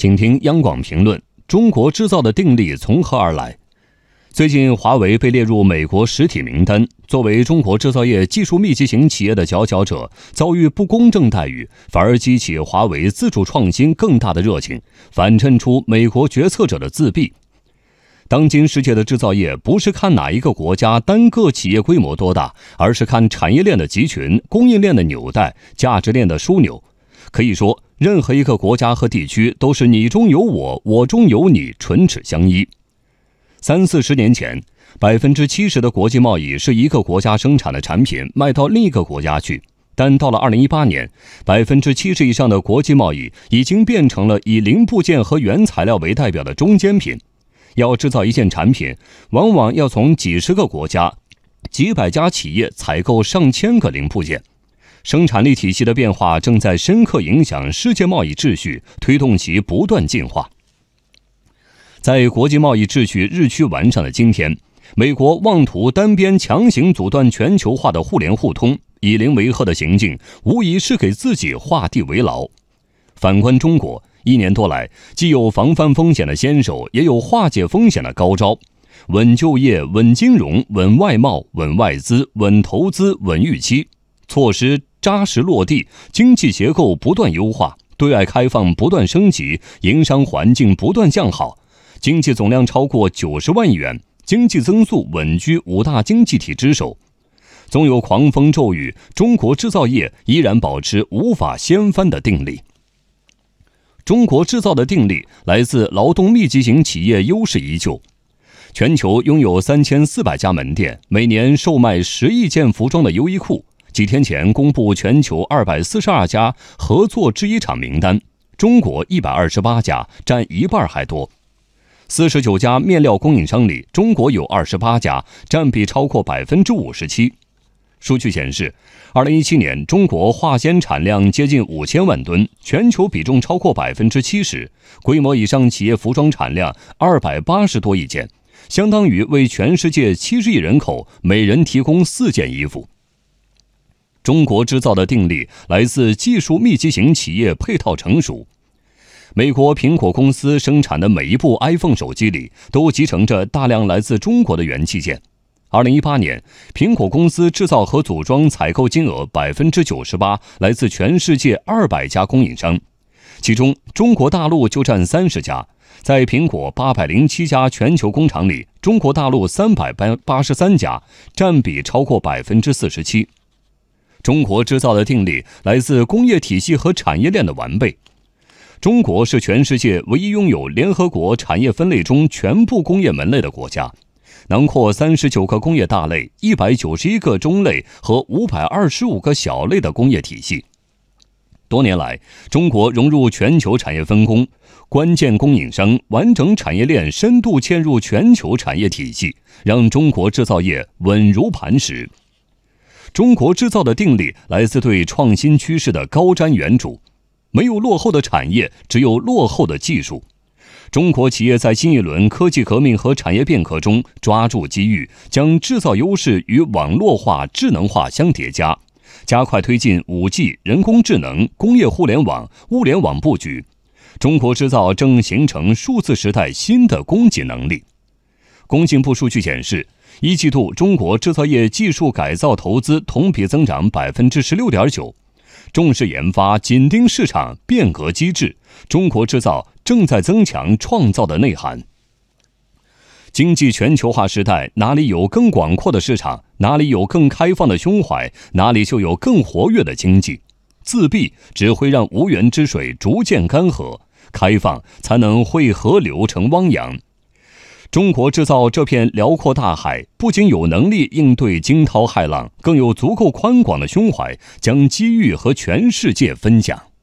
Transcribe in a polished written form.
请听央广评论：中国制造的定力从何而来？最近，华为被列入美国实体名单，作为中国制造业技术密集型企业的佼佼者，遭遇不公正待遇，反而激起华为自主创新更大的热情，反衬出美国决策者的自闭。当今世界的制造业不是看哪一个国家单个企业规模多大，而是看产业链的集群、供应链的纽带、价值链的枢纽。可以说，任何一个国家和地区都是你中有我，我中有你，唇齿相依。30-40年前，70%的国际贸易是一个国家生产的产品卖到另一个国家去，但到了2018年，70%以上的国际贸易已经变成了以零部件和原材料为代表的中间品。要制造一件产品，往往要从几十个国家、几百家企业采购上千个零部件。生产力体系的变化正在深刻影响世界贸易秩序，推动其不断进化。在国际贸易秩序日趋完善的今天，美国妄图单边强行阻断全球化的互联互通，以邻为壑的行径，无疑是给自己画地为牢。反观中国，1年多来，既有防范风险的先手，也有化解风险的高招。稳就业、稳金融、稳外贸、稳外资、稳投资、稳预期，措施扎实落地，经济结构不断优化，对外开放不断升级，营商环境不断向好，经济总量超过90万亿元，经济增速稳居5大经济体之首。纵有狂风骤雨，中国制造业依然保持无法掀翻的定力。中国制造的定力来自劳动密集型企业优势依旧。全球拥有3400家门店，每年售卖10亿件服装的优衣库，几天前公布全球242家合作制衣厂名单，中国128家，占一半还多。49家面料供应商里，中国有28家，占比超过57%。数据显示，2017年中国化纤产量接近5000万吨，全球比重超过70%，规模以上企业服装产量280多亿件，相当于为全世界70亿人口每人提供4件衣服。中国制造的定力来自技术密集型企业配套成熟。美国苹果公司生产的每一部 iPhone 手机里都集成着大量来自中国的元器件。2018年，苹果公司制造和组装采购金额98%来自全世界200家供应商，其中中国大陆就占30家。在苹果807家全球工厂里，中国大陆383家，占比超过47%。中国制造的定力来自工业体系和产业链的完备。中国是全世界唯一拥有联合国产业分类中全部工业门类的国家，囊括39个工业大类、191个中类和525个小类的工业体系。多年来，中国融入全球产业分工，关键供应商、完整产业链深度嵌入全球产业体系，让中国制造业稳如磐石。中国制造的定力来自对创新趋势的高瞻远瞩。没有落后的产业，只有落后的技术。中国企业在新一轮科技革命和产业变革中抓住机遇，将制造优势与网络化、智能化相叠加，加快推进 5G、人工智能、工业互联网、物联网布局。中国制造正形成数字时代新的供给能力。工信部数据显示，1季度中国制造业技术改造投资同比增长 16.9%。重视研发，紧盯市场，变革机制，中国制造正在增强创造的内涵。经济全球化时代，哪里有更广阔的市场，哪里有更开放的胸怀，哪里就有更活跃的经济。自闭只会让无源之水逐渐干涸，开放才能汇河流成汪洋。中国制造这片辽阔大海，不仅有能力应对惊涛骇浪，更有足够宽广的胸怀，将机遇和全世界分享。